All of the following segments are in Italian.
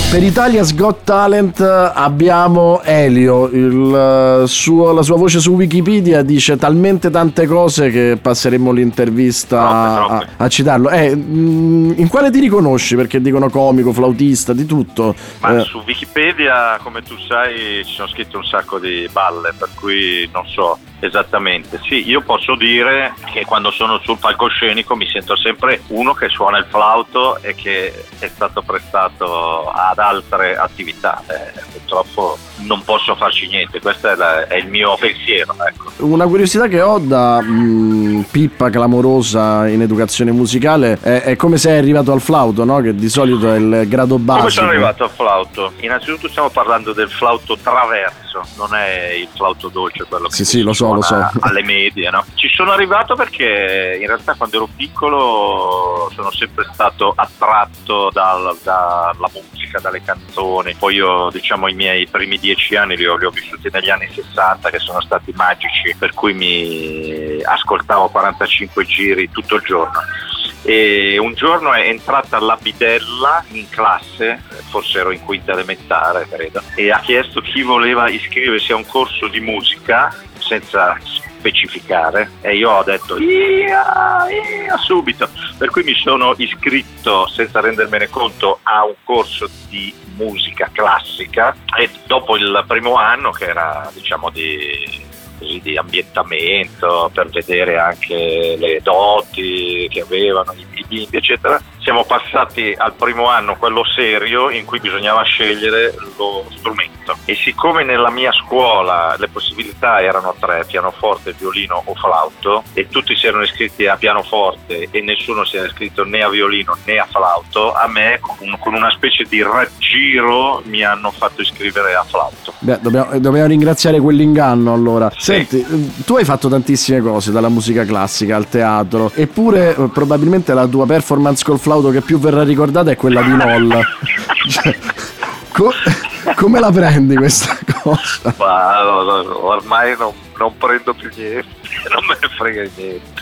Per Italia's Got Talent abbiamo Elio, la sua voce su Wikipedia dice talmente tante cose che passeremmo l'intervista a citarlo. In quale ti riconosci? Perché dicono comico, flautista, di tutto. Ma su Wikipedia, come tu sai, ci sono scritte un sacco di balle, per cui non so esattamente. Sì, io posso dire che quando sono sul palcoscenico mi sento sempre uno che suona il flauto e che è stato prestato ad altre attività. Purtroppo non posso farci niente, questo è il mio pensiero, ecco. Una curiosità che ho da pippa clamorosa in educazione musicale è come sei arrivato al flauto, no? Che di solito è il grado basico. Come sono arrivato al flauto? Innanzitutto stiamo parlando del flauto traverso, non è il flauto dolce, quello che sì, lo so. alle medie, no? Ci sono arrivato perché in realtà quando ero piccolo sono sempre stato attratto dalla musica, dalle canzoni. Poi io, diciamo, i miei primi 10 anni li ho vissuti negli anni 60, che sono stati magici, per cui mi ascoltavo 45 giri tutto il giorno. E un giorno è entrata la bidella in classe, forse ero in quinta elementare credo, e ha chiesto chi voleva iscriversi a un corso di musica senza specificare, e io ho detto io subito, per cui mi sono iscritto senza rendermene conto a un corso di musica classica, e dopo il primo anno, che era diciamo di ambientamento per vedere anche le doti che avevano i bimbi eccetera, siamo passati al primo anno, quello serio, in cui bisognava scegliere lo strumento, e siccome nella mia scuola le possibilità erano 3, pianoforte, violino o flauto, e tutti si erano iscritti a pianoforte e nessuno si era iscritto né a violino né a flauto, a me con una specie di raggiro mi hanno fatto iscrivere a flauto. Beh, dobbiamo ringraziare quell'inganno allora. Sì. Senti, tu hai fatto tantissime cose, dalla musica classica al teatro, eppure probabilmente la tua performance col flauto che più verrà ricordata è quella di LOL. Cioè, come la prendi questa cosa? Ma ormai non prendo più niente, non me ne frega niente.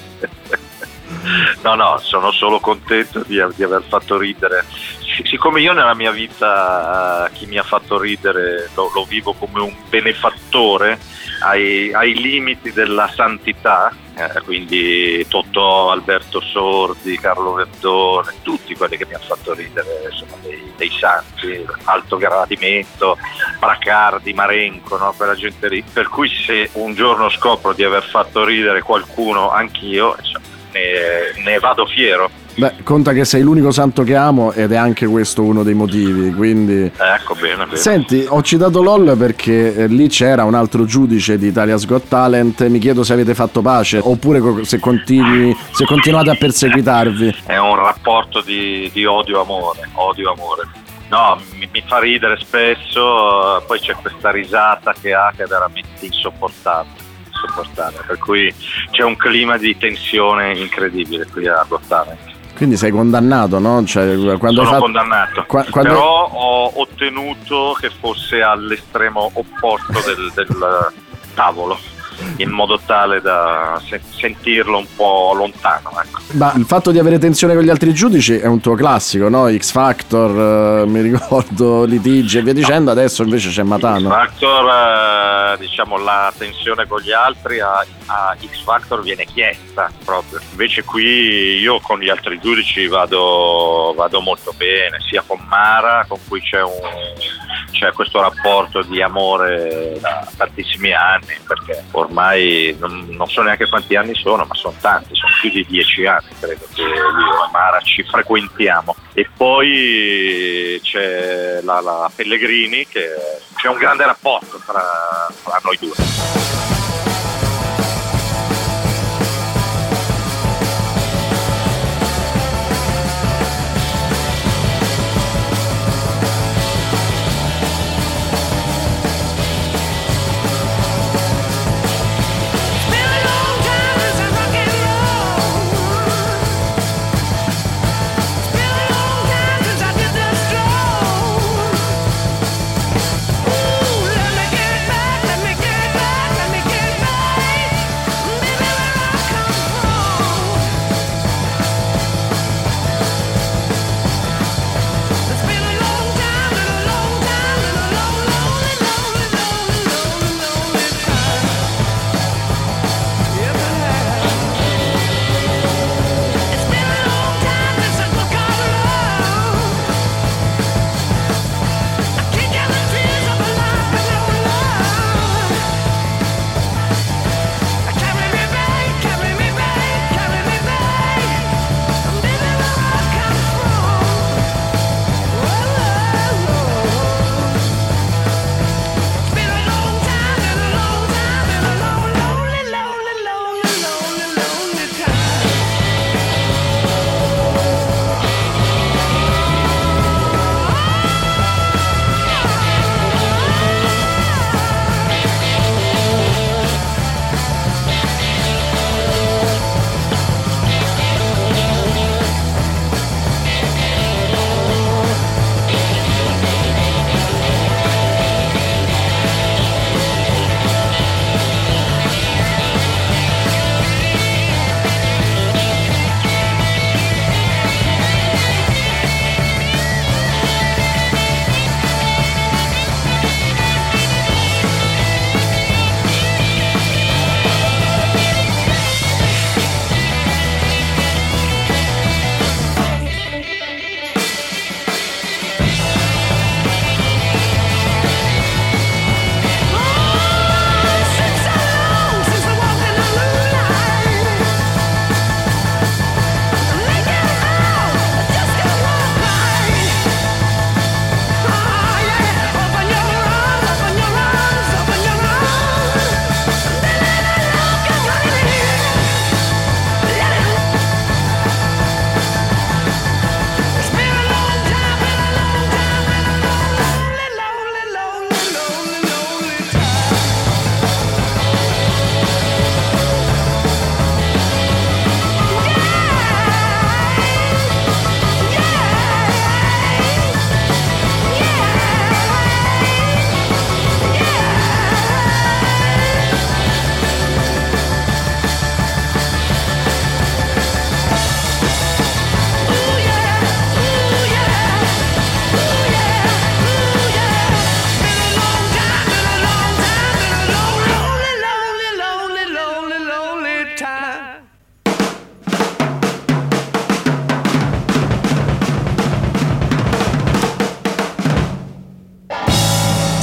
No, sono solo contento di aver fatto ridere. Siccome io nella mia vita chi mi ha fatto ridere lo vivo come un benefattore ai limiti della santità, quindi Totò, Alberto Sordi, Carlo Verdone, tutti quelli che mi hanno fatto ridere sono dei santi, alto gradimento, Bracardi, Marenco, no? Quella gente lì. Per cui se un giorno scopro di aver fatto ridere qualcuno, anch'io ne vado fiero. Beh, conta che sei l'unico santo che amo ed è anche questo uno dei motivi, quindi... Ecco, bene. Senti, ho citato LOL perché lì c'era un altro giudice di Italia's Got Talent, mi chiedo se avete fatto pace oppure se continuate a perseguitarvi. È un rapporto di odio-amore. No, mi fa ridere spesso, poi c'è questa risata che ha che è veramente insopportabile, per cui c'è un clima di tensione incredibile qui a Got Talent. Quindi sei condannato, no? Cioè, sono condannato, però ho ottenuto che fosse all'estremo opposto del tavolo, in modo tale da sentirlo un po' lontano, ecco. Ma il fatto di avere tensione con gli altri giudici è un tuo classico, no? X Factor, mi ricordo, litigi e via dicendo, adesso invece c'è Matano. X Factor, diciamo, la tensione con gli altri a X Factor viene chiesta proprio. Invece qui io con gli altri giudici vado molto bene, sia con Mara, con cui c'è questo rapporto di amore da tantissimi anni, perché ormai non so neanche quanti anni sono, ma sono tanti, sono più di 10 anni credo che io e Mara ci frequentiamo. E poi c'è la Pellegrini, che c'è un grande rapporto tra noi due. Let me get back.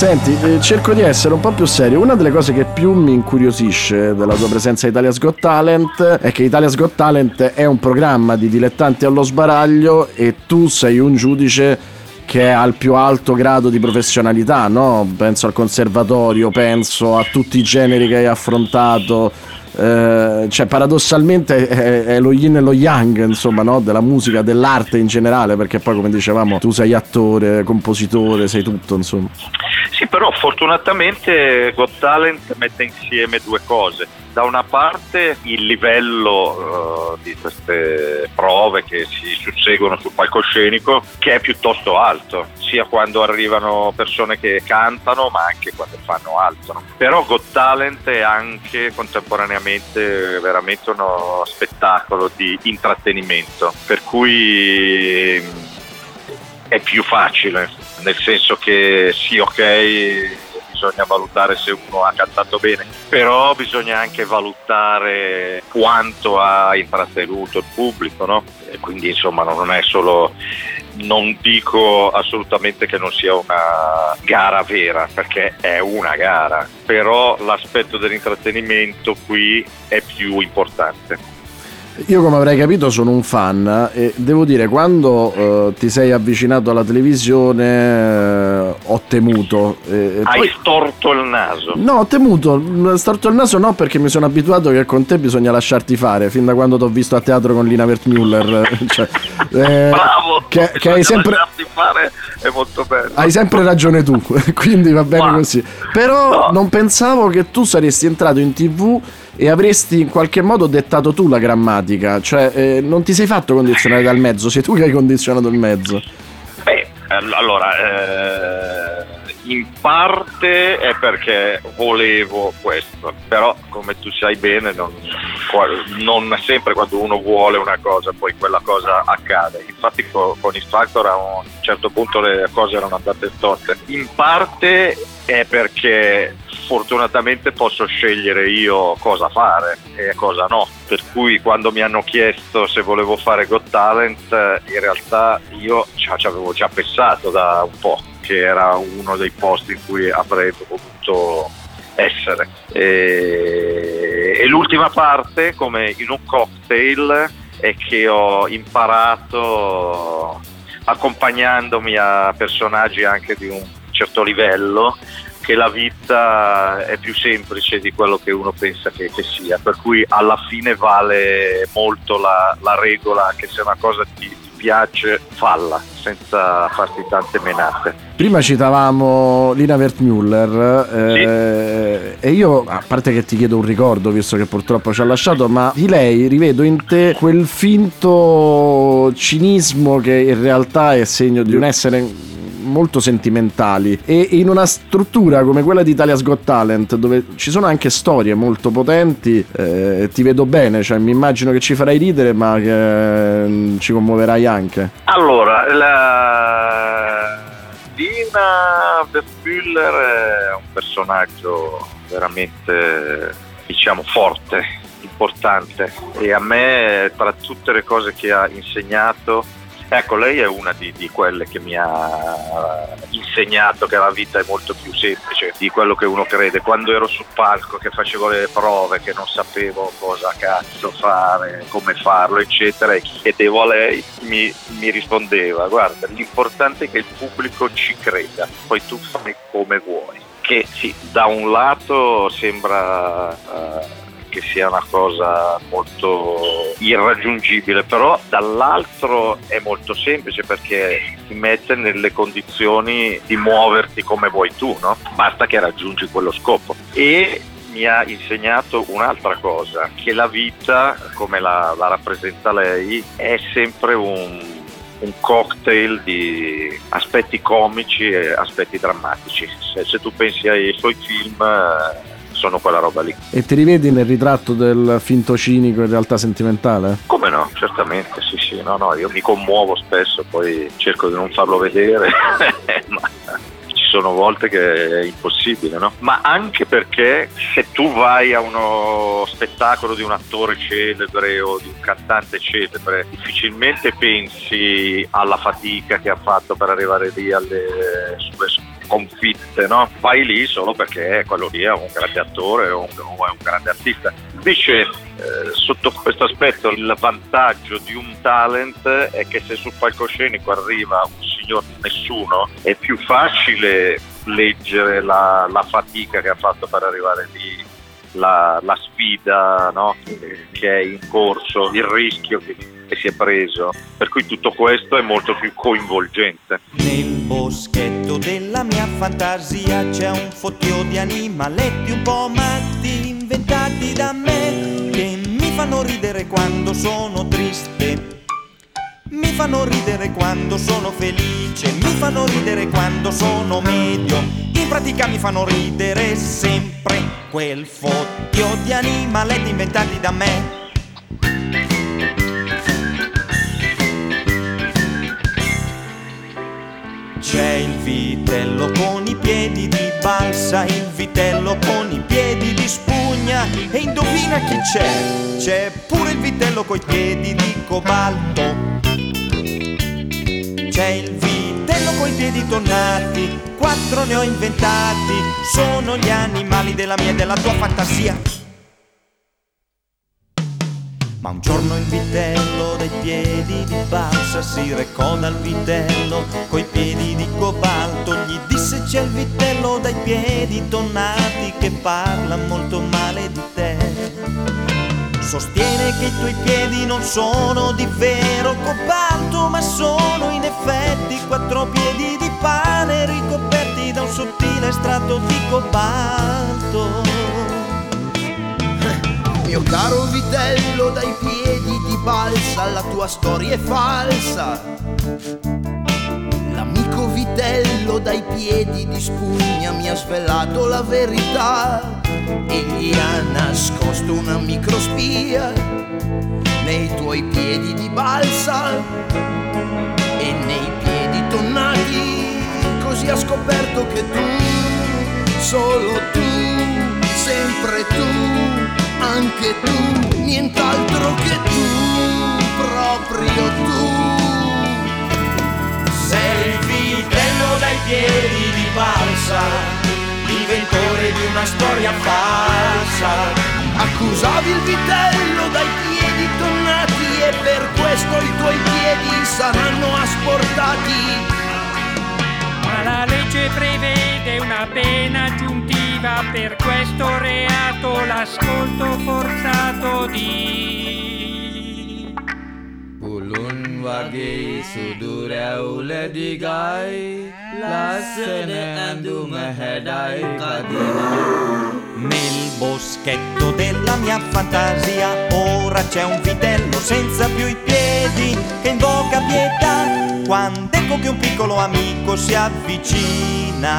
Senti, cerco di essere un po' più serio. Una delle cose che più mi incuriosisce della tua presenza a Italia's Got Talent è che Italia's Got Talent è un programma di dilettanti allo sbaraglio e tu sei un giudice che è al più alto grado di professionalità, no? Penso al conservatorio, penso a tutti i generi che hai affrontato. Cioè paradossalmente è lo yin e lo yang, insomma, no? Della musica, dell'arte in generale, perché poi, come dicevamo, tu sei attore, compositore, sei tutto, insomma. Sì, però fortunatamente Got Talent mette insieme due cose. Da una parte il livello di queste prove che si susseguono sul palcoscenico, che è piuttosto alto, sia quando arrivano persone che cantano ma anche quando fanno altro. Però Got Talent è anche contemporaneamente veramente uno spettacolo di intrattenimento, per cui è più facile, nel senso che sì, ok, bisogna valutare se uno ha cantato bene, però bisogna anche valutare quanto ha intrattenuto il pubblico, no? E quindi insomma non è solo, non dico assolutamente che non sia una gara vera, perché è una gara, però l'aspetto dell'intrattenimento qui è più importante. Io, come avrai capito, sono un fan e devo dire, quando ti sei avvicinato alla televisione ho temuto. Hai poi storto il naso? No, ho temuto, storto il naso no, perché mi sono abituato che con te bisogna lasciarti fare, fin da quando ti ho visto a teatro con Lina Wertmüller. Cioè, bravo! Che hai sempre... lasciarti fare è molto bello. Hai sempre ragione tu, quindi va bene così. Però non pensavo che tu saresti entrato in TV e avresti in qualche modo dettato tu la grammatica, cioè non ti sei fatto condizionare dal mezzo, sei tu che hai condizionato il mezzo. Beh, allora, in parte è perché volevo questo, però come tu sai bene non sempre quando uno vuole una cosa poi quella cosa accade. Infatti con X Factor a un certo punto le cose erano andate storte. In parte è perché fortunatamente posso scegliere io cosa fare e cosa no, per cui quando mi hanno chiesto se volevo fare Got Talent, in realtà io ci avevo già pensato da un po', che era uno dei posti in cui avrei voluto essere. E l'ultima parte, come in un cocktail, è che ho imparato, accompagnandomi a personaggi anche di un certo livello, che la vita è più semplice di quello che uno pensa che sia, per cui alla fine vale molto la regola che se una cosa ti piace, falla senza farti tante menate. Prima citavamo Lina Wertmüller, sì. E io, a parte che ti chiedo un ricordo, visto che purtroppo ci ha lasciato, ma di lei rivedo in te quel finto cinismo che in realtà è segno di un essere molto sentimentali, e in una struttura come quella di Italia's Got Talent, dove ci sono anche storie molto potenti, ti vedo bene, cioè mi immagino che ci farai ridere, ma che ci commuoverai anche. Allora, Lina Wertmüller è un personaggio veramente, diciamo, forte, importante, e a me, tra tutte le cose che ha insegnato, ecco, lei è una di quelle che mi ha insegnato che la vita è molto più semplice di quello che uno crede. Quando ero sul palco che facevo le prove, che non sapevo cosa cazzo fare, come farlo, eccetera, e chiedevo a lei, mi rispondeva: guarda, l'importante è che il pubblico ci creda, poi tu fai come vuoi. Che sì, da un lato sembra che sia una cosa molto irraggiungibile, però dall'altro è molto semplice, perché ti mette nelle condizioni di muoverti come vuoi tu, no? Basta che raggiungi quello scopo. E mi ha insegnato un'altra cosa, che la vita, come la rappresenta lei, è sempre un cocktail di aspetti comici e aspetti drammatici. Se tu pensi ai suoi film, sono quella roba lì. E ti rivedi nel ritratto del finto cinico in realtà sentimentale? Come no, certamente, sì, no, io mi commuovo spesso, poi cerco di non farlo vedere, ma ci sono volte che è impossibile, no? Ma anche perché se tu vai a uno spettacolo di un attore celebre o di un cantante celebre, difficilmente pensi alla fatica che ha fatto per arrivare lì sulle sconfitte, no? Vai lì solo perché quello lì è un grande attore o è un grande artista. Invece sotto questo aspetto il vantaggio di un talent è che se sul palcoscenico arriva un signor nessuno è più facile leggere la fatica che ha fatto per arrivare lì, la sfida, no? che è in corso, il rischio che si è preso, per cui tutto questo è molto più coinvolgente. Nel boschetto della mia fantasia c'è un fottio di animaletti un po' matti inventati da me, che mi fanno ridere quando sono triste, mi fanno ridere quando sono felice, mi fanno ridere quando sono medio, in pratica mi fanno ridere sempre, quel fottio di animaletti inventati da me. C'è il vitello con i piedi di balsa, il vitello con i piedi di spugna, e indovina chi c'è? C'è pure il vitello coi piedi di cobalto. C'è il vitello coi piedi tonnati, 4 ne ho inventati, sono gli animali della mia e della tua fantasia. Ma un giorno il vitello dai piedi di balsa si recò dal vitello coi piedi di cobalto, gli disse: c'è il vitello dai piedi tonnati che parla molto male di te. Sostiene che i tuoi piedi non sono di vero cobalto, ma sono in effetti 4 piedi di pane ricoperti da un sottile strato di cobalto. Mio caro vitello dai piedi di balsa, la tua storia è falsa. L'amico vitello dai piedi di spugna mi ha svelato la verità. Egli ha nascosto una microspia nei tuoi piedi di balsa e nei piedi tonnati. Così ha scoperto che tu, solo tu, sempre tu, anche tu, nient'altro che tu, proprio tu. Sei il vitello dai piedi di balsa, inventore di una storia falsa. Accusavi il vitello dai piedi tonnati e per questo i tuoi piedi saranno asportati. Ma la legge prevede una pena aggiuntiva per questo reato, l'ascolto forzato di Ulun wagi sudure ule digai lasene andu mehedai kadina. Nel boschetto della mia fantasia ora c'è un vitello senza più i piedi che invoca pietà quando ecco che un piccolo amico si avvicina.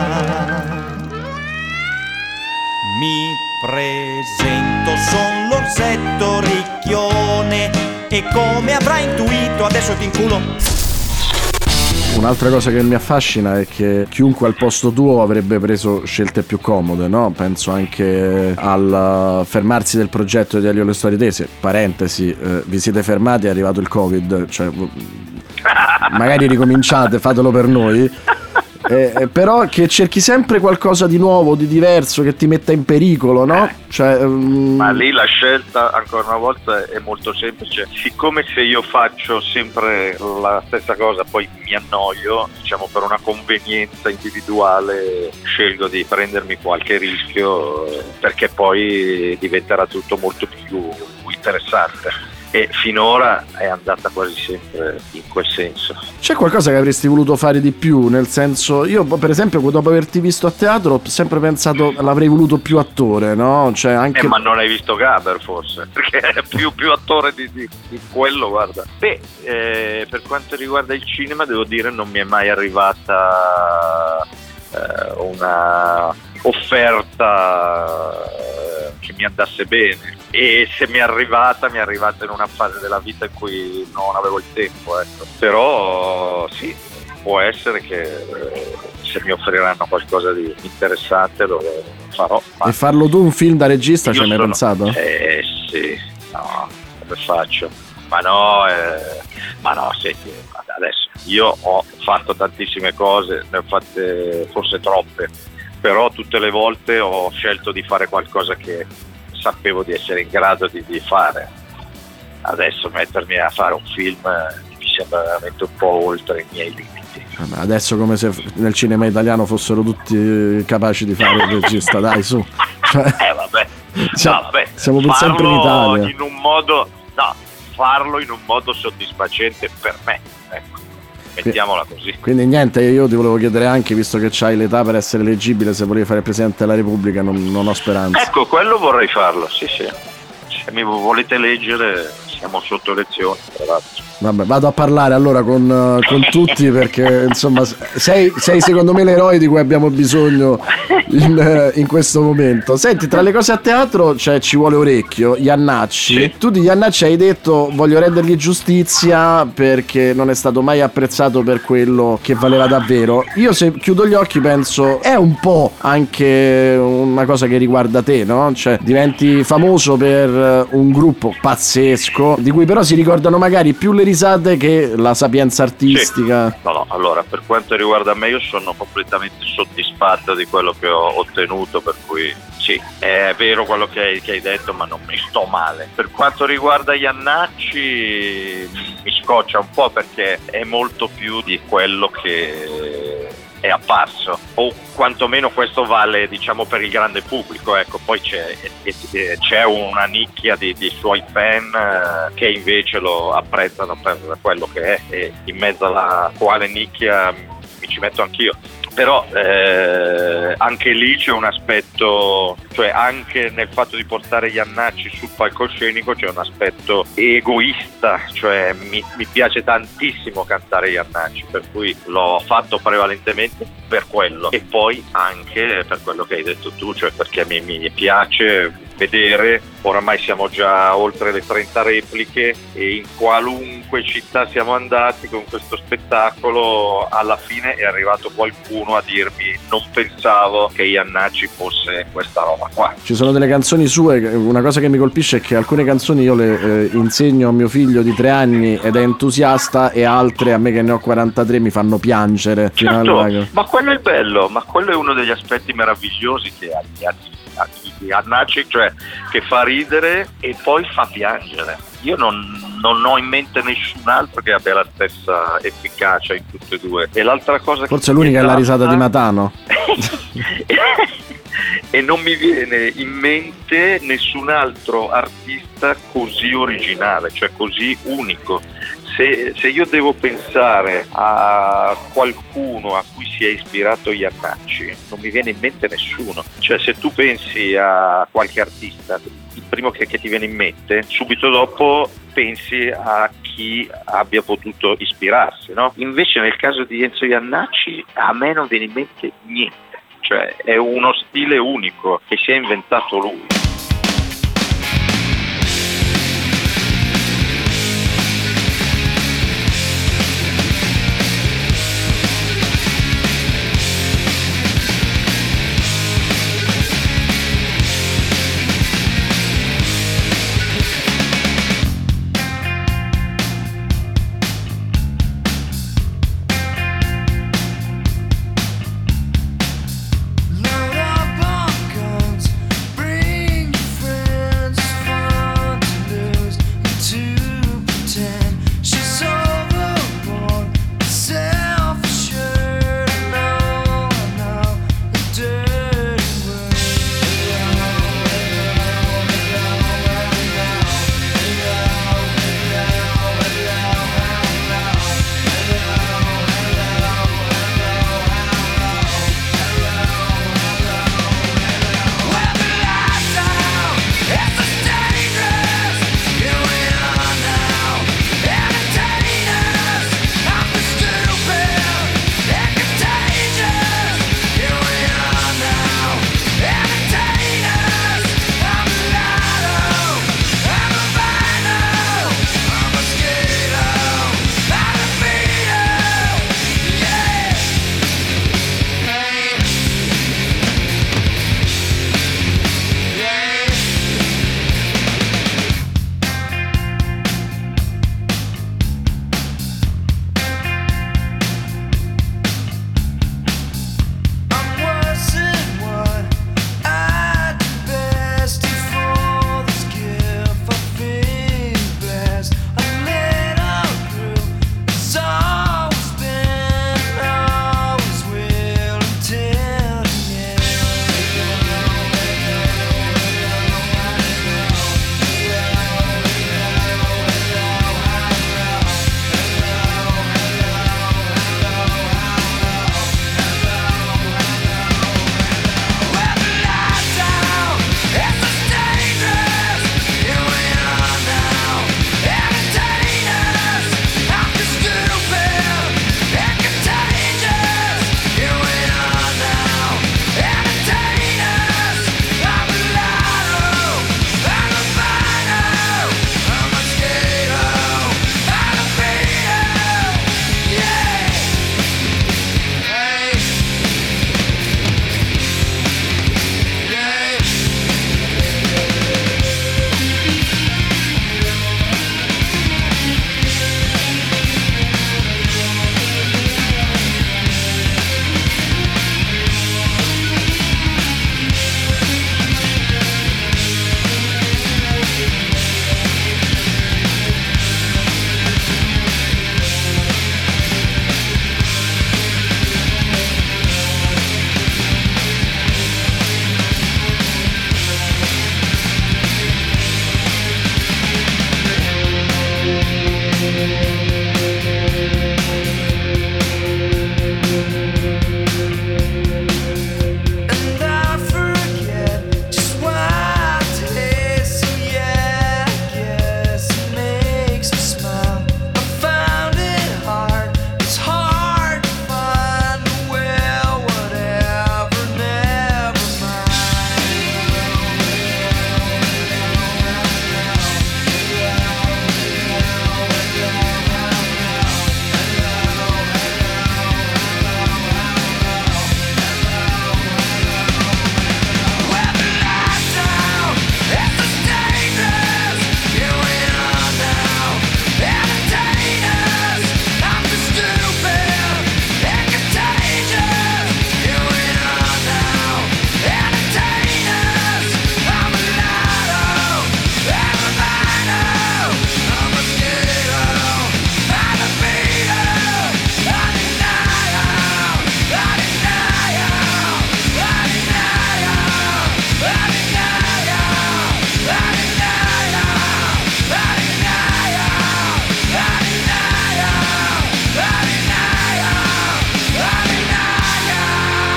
Mi presento, son l'orsetto ricchione e come avrai intuito adesso ti inculo. Un'altra cosa che mi affascina è che chiunque al posto tuo avrebbe preso scelte più comode, no? Penso anche al fermarsi del progetto di Elio Le Storie Tese. Parentesi, vi siete fermati, è arrivato il Covid, cioè magari ricominciate, fatelo per noi. Però che cerchi sempre qualcosa di nuovo, di diverso, che ti metta in pericolo, no? Cioè, ma lì la scelta ancora una volta è molto semplice. Siccome se io faccio sempre la stessa cosa poi mi annoio, diciamo per una convenienza individuale scelgo di prendermi qualche rischio perché poi diventerà tutto molto più interessante. E finora è andata quasi sempre in quel senso. C'è qualcosa che avresti voluto fare di più? Nel senso, io per esempio dopo averti visto a teatro ho sempre pensato l'avrei voluto più attore, no? Cioè anche... ma non hai visto Gaber forse? Perché è più attore di quello, guarda. Per quanto riguarda il cinema devo dire non mi è mai arrivata una offerta che mi andasse bene, e se mi è arrivata in una fase della vita in cui non avevo il tempo, ecco. Però sì, può essere che se mi offriranno qualcosa di interessante lo farò. E farlo tu un film da regista ci hai mai pensato? Sì, no, come faccio? Ma no, senti, adesso io ho fatto tantissime cose, ne ho fatte forse troppe, però tutte le volte ho scelto di fare qualcosa che sapevo di essere in grado di fare. Adesso mettermi a fare un film mi sembra veramente un po' oltre i miei limiti. Adesso come se nel cinema italiano fossero tutti capaci di fare il regista, dai, su. Vabbè. Siamo per sempre in Italia. Farlo in un modo soddisfacente per me, ecco. Mettiamola così. Quindi niente, io ti volevo chiedere anche, visto che c'hai l'età per essere leggibile, se volevi fare Presidente della Repubblica. Non ho speranza. Ecco, quello vorrei farlo, sì. Se mi volete leggere, siamo sotto elezioni, tra l'altro. Vabbè, vado a parlare allora con tutti, perché insomma sei secondo me l'eroe di cui abbiamo bisogno in questo momento. Senti, tra le cose a teatro ci vuole orecchio. Iannacci, sì. Tu di Iannacci hai detto: voglio rendergli giustizia perché non è stato mai apprezzato per quello che valeva davvero. Io, se chiudo gli occhi, penso è un po' anche una cosa che riguarda te, no? Cioè, diventi famoso per un gruppo pazzesco di cui però si ricordano magari più le risate che la sapienza artistica. Sì. No, allora, per quanto riguarda me, io sono completamente soddisfatto di quello che ho ottenuto, per cui sì, è vero quello che hai detto, ma non mi sto male. Per quanto riguarda Iannacci, mi scoccia un po' perché è molto più di quello che è apparso, o quantomeno questo vale, diciamo, per il grande pubblico, ecco. Poi c'è una nicchia di suoi fan che invece lo apprezzano per quello che è, e in mezzo alla quale nicchia mi ci metto anch'io. Però anche lì c'è un aspetto, cioè anche nel fatto di portare Iannacci sul palcoscenico c'è un aspetto egoista, cioè mi piace tantissimo cantare Iannacci, per cui l'ho fatto prevalentemente per quello, e poi anche per quello che hai detto tu, cioè perché mi piace vedere, oramai siamo già oltre le 30 repliche, e in qualunque città siamo andati con questo spettacolo alla fine è arrivato qualcuno a dirmi: non pensavo che Iannacci fosse questa roba qua. Ci sono delle canzoni sue, una cosa che mi colpisce è che alcune canzoni io le insegno a mio figlio di 3 anni ed è entusiasta, e altre, a me che ne ho 43, mi fanno piangere. Certo, ma quello è bello, ma quello è uno degli aspetti meravigliosi che ha Iannacci, cioè che fa ridere e poi fa piangere. Io non ho in mente nessun altro che abbia la stessa efficacia in tutte e due. E l'altra cosa, forse l'unica è la risata di Matano. E non mi viene in mente nessun altro artista così originale, cioè così unico. Se io devo pensare a qualcuno a cui si è ispirato Iannacci, non mi viene in mente nessuno. Cioè, se tu pensi a qualche artista, il primo che ti viene in mente, subito dopo pensi a chi abbia potuto ispirarsi, no? Invece nel caso di Enzo Iannacci a me non viene in mente niente. Cioè, è uno stile unico che si è inventato lui. Load up on guns, bring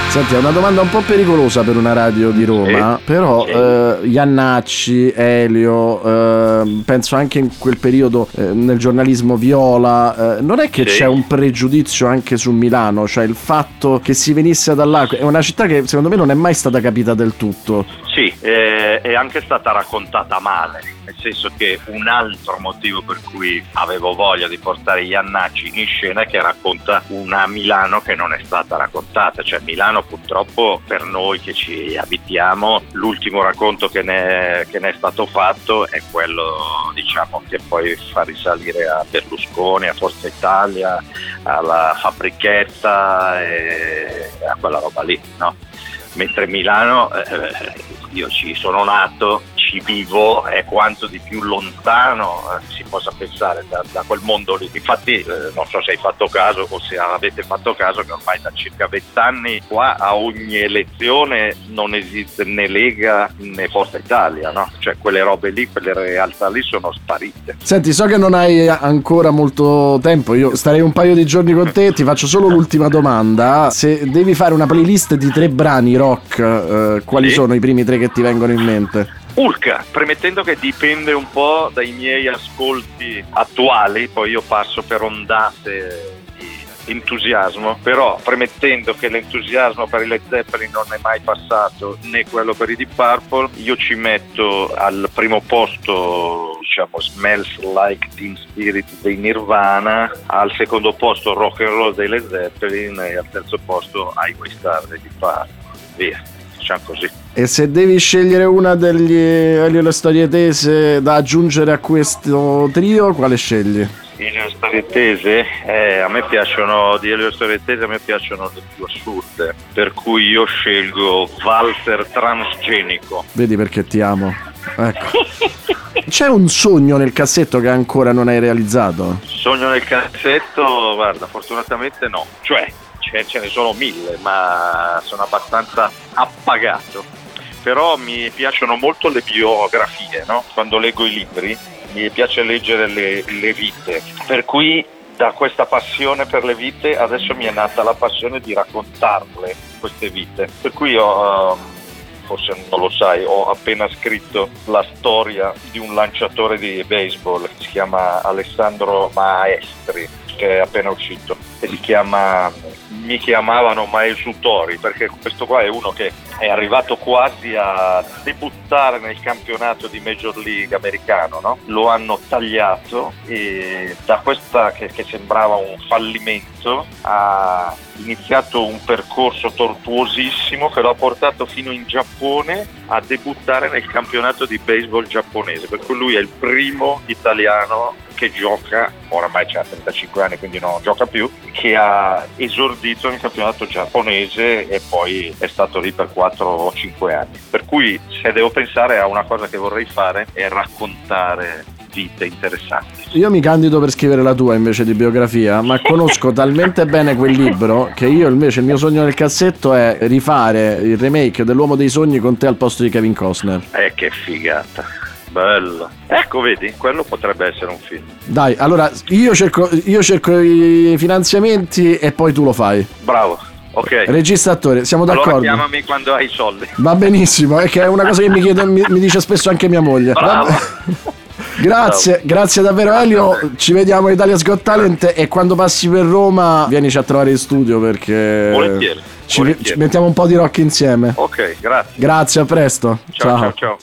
Senti, è una domanda un po' pericolosa per una radio di Roma, però Iannacci, Elio, penso anche in quel periodo nel giornalismo Viola, non è che c'è un pregiudizio anche su Milano, cioè il fatto che si venisse da là, è una città che secondo me non è mai stata capita del tutto. Sì, è anche stata raccontata male, nel senso che un altro motivo per cui avevo voglia di portare Iannacci in scena è che racconta una Milano che non è stata raccontata, cioè Milano purtroppo per noi che ci abitiamo, l'ultimo racconto che ne è stato fatto è quello, diciamo, che poi fa risalire a Berlusconi, a Forza Italia, alla fabbrichetta e a quella roba lì, no? Mentre Milano, io ci sono nato, ci vivo, è quanto di più lontano si possa pensare da quel mondo lì. Infatti non so se hai fatto caso o se avete fatto caso che ormai da circa 20 anni qua a ogni elezione non esiste né Lega né Forza Italia, no? Cioè quelle robe lì, quelle realtà lì sono sparite. Senti, so che non hai ancora molto tempo, io starei un paio di giorni con te, ti faccio solo l'ultima domanda. Se devi fare una playlist di 3 brani rock, quali sono i primi 3 che ti vengono in mente? Urca, premettendo che dipende un po' dai miei ascolti attuali, poi io passo per ondate di entusiasmo, però premettendo che l'entusiasmo per i Led Zeppelin non è mai passato, né quello per i Deep Purple, io ci metto al primo posto, diciamo, Smells Like Teen Spirit dei Nirvana, al secondo posto Rock and Roll dei Led Zeppelin e al terzo posto Highway Star dei Deep Purple. Via, facciamo così. E se devi scegliere una degli Elio e le storie tese da aggiungere a questo trio, quale scegli? Elio e le storie tese? A me piacciono, di Elio e le storie tese a me piacciono le più assurde, per cui io scelgo Walter Transgenico. Vedi perché ti amo, ecco. C'è un sogno nel cassetto che ancora non hai realizzato? Sogno nel cassetto? Guarda, fortunatamente no, cioè ce ne sono 1000, ma sono abbastanza appagato. Però mi piacciono molto le biografie, no? Quando leggo i libri mi piace leggere le vite, per cui da questa passione per le vite adesso mi è nata la passione di raccontarle, queste vite, per cui forse non lo sai, ho appena scritto la storia di un lanciatore di baseball che si chiama Alessandro Maestri, che è appena uscito, e mi chiamavano Maestro Tori, perché questo qua è uno che è arrivato quasi a debuttare nel campionato di Major League americano, no? Lo hanno tagliato e da questa che sembrava un fallimento ha iniziato un percorso tortuosissimo che lo ha portato fino in Giappone a debuttare nel campionato di baseball giapponese, per cui lui è il primo italiano che gioca, oramai c'ha 35 anni quindi non gioca più, che ha esordito nel campionato giapponese e poi è stato lì per 4 o 5 anni. Per cui se devo pensare a una cosa che vorrei fare è raccontare vite interessanti. Io mi candido per scrivere la tua invece di biografia, ma conosco talmente bene quel libro che io invece il mio sogno nel cassetto è rifare il remake dell'Uomo dei Sogni con te al posto di Kevin Costner. Che figata, bello. Ecco, vedi, quello potrebbe essere un film. Dai, allora io cerco i finanziamenti e poi tu lo fai. Bravo. Ok. Regista, attore, siamo d'accordo? Allora chiamami quando hai i soldi. Va benissimo, è che è una cosa che mi dice spesso anche mia moglie. Bravo. Grazie davvero Elio, ci vediamo a Italia's Got Talent e quando passi per Roma vienici a trovare in studio perché volentieri. Ci mettiamo un po' di rock insieme. Ok, grazie. Grazie, a presto. Ciao.